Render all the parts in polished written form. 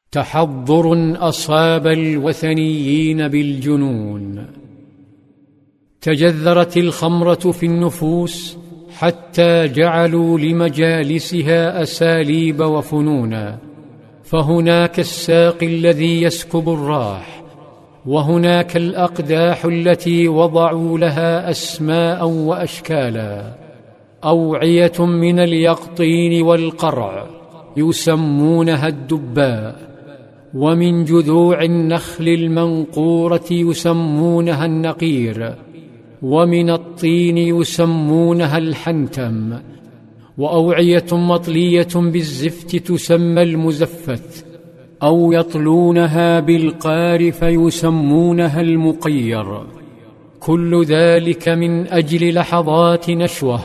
تحضر أصاب الوثنيين بالجنون. تجذرت الخمرة في النفوس حتى جعلوا لمجالسها أساليب وفنونا، فهناك الساقي الذي يسكب الراح، وهناك الأقداح التي وضعوا لها أسماء وأشكالا، أوعية من اليقطين والقرع يسمونها الدباء، ومن جذوع النخل المنقورة يسمونها النقير، ومن الطين يسمونها الحنتم، وأوعية مطلية بالزفت تسمى المزفت، أو يطلونها بالقار فيسمونها المقير. كل ذلك من أجل لحظات نشوة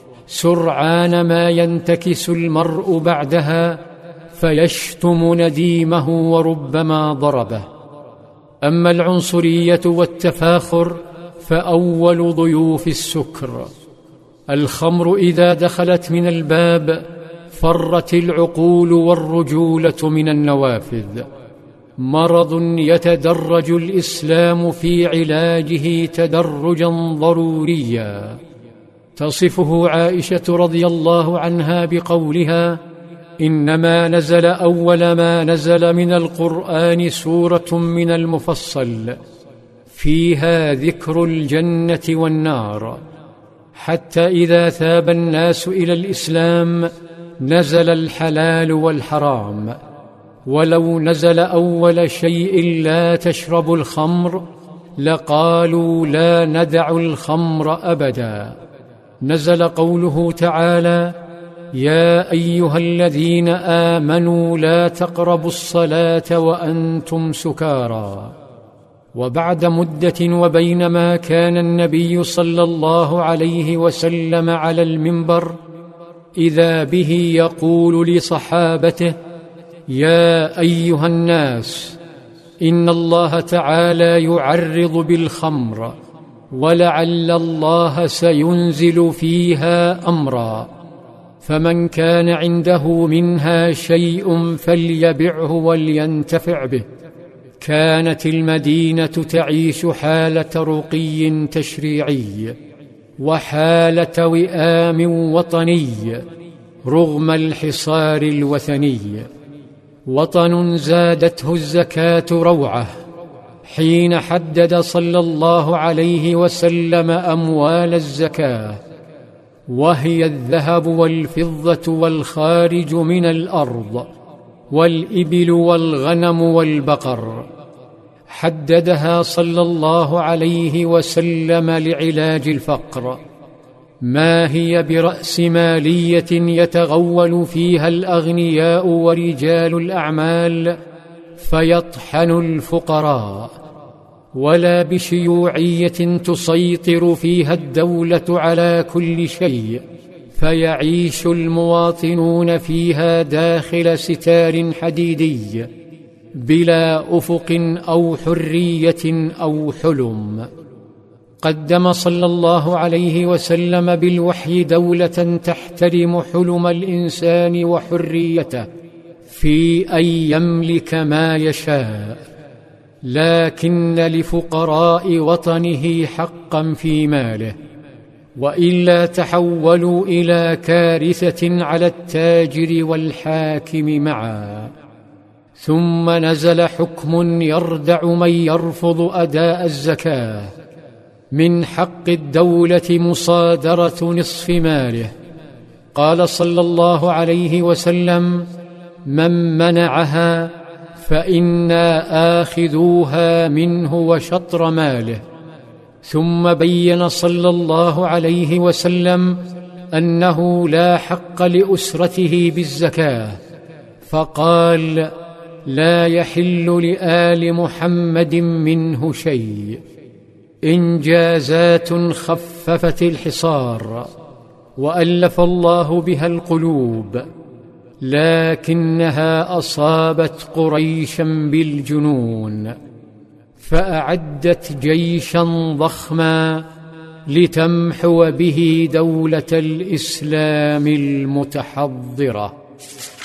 سرعان ما ينتكس المرء بعدها فيشتم نديمه وربما ضربه. أما العنصرية والتفاخر فأول ضيوف السكر. الخمر إذا دخلت من الباب فرت العقول والرجولة من النوافذ. مرض يتدرج الإسلام في علاجه تدرجا ضروريا. تصفه عائشة رضي الله عنها بقولها: إنما نزل أول ما نزل من القرآن سورة من المفصل فيها ذكر الجنة والنار، حتى إذا ثاب الناس إلى الإسلام نزل الحلال والحرام. ولو نزل أول شيء لا تشربوا الخمر لقالوا لا ندع الخمر أبدا. نزل قوله تعالى: يا أيها الذين آمنوا لا تقربوا الصلاة وأنتم سكارى. وبعد مدة وبينما كان النبي صلى الله عليه وسلم على المنبر إذا به يقول لصحابته: يا أيها الناس، إن الله تعالى يعرض بالخمر ولعل الله سينزل فيها أمرا، فمن كان عنده منها شيء فليبعه ولينتفع به. كانت المدينة تعيش حالة رقي تشريعي وحالة وئام وطني رغم الحصار الوثني. وطن زادته الزكاة روعة حين حدد صلى الله عليه وسلم أموال الزكاة، وهي الذهب والفضة والخارج من الأرض والإبل والغنم والبقر. حددها صلى الله عليه وسلم لعلاج الفقر. ما هي برأسمالية يتغول فيها الأغنياء ورجال الأعمال فيطحن الفقراء، ولا بشيوعية تسيطر فيها الدولة على كل شيء فيعيش المواطنون فيها داخل ستار حديدي بلا أفق أو حرية أو حلم. قدم صلى الله عليه وسلم بالوحي دولة تحترم حلم الإنسان وحريته في أن يملك ما يشاء، لكن لفقراء وطنه حقا في ماله، وإلا تحولوا إلى كارثة على التاجر والحاكم معا. ثم نزل حكم يردع من يرفض أداء الزكاة. من حق الدولة مصادرة نصف ماله. قال صلى الله عليه وسلم: من منعها فإنا آخذوها منه وشطر ماله. ثم بين صلى الله عليه وسلم أنه لا حق لأسرته بالزكاة، فقال: لا يحل لآل محمد منه شيء. إنجازات خففت الحصار وألف الله بها القلوب، لكنها أصابت قريشا بالجنون، فأعدت جيشا ضخما لتمحو به دولة الإسلام المتحضرة.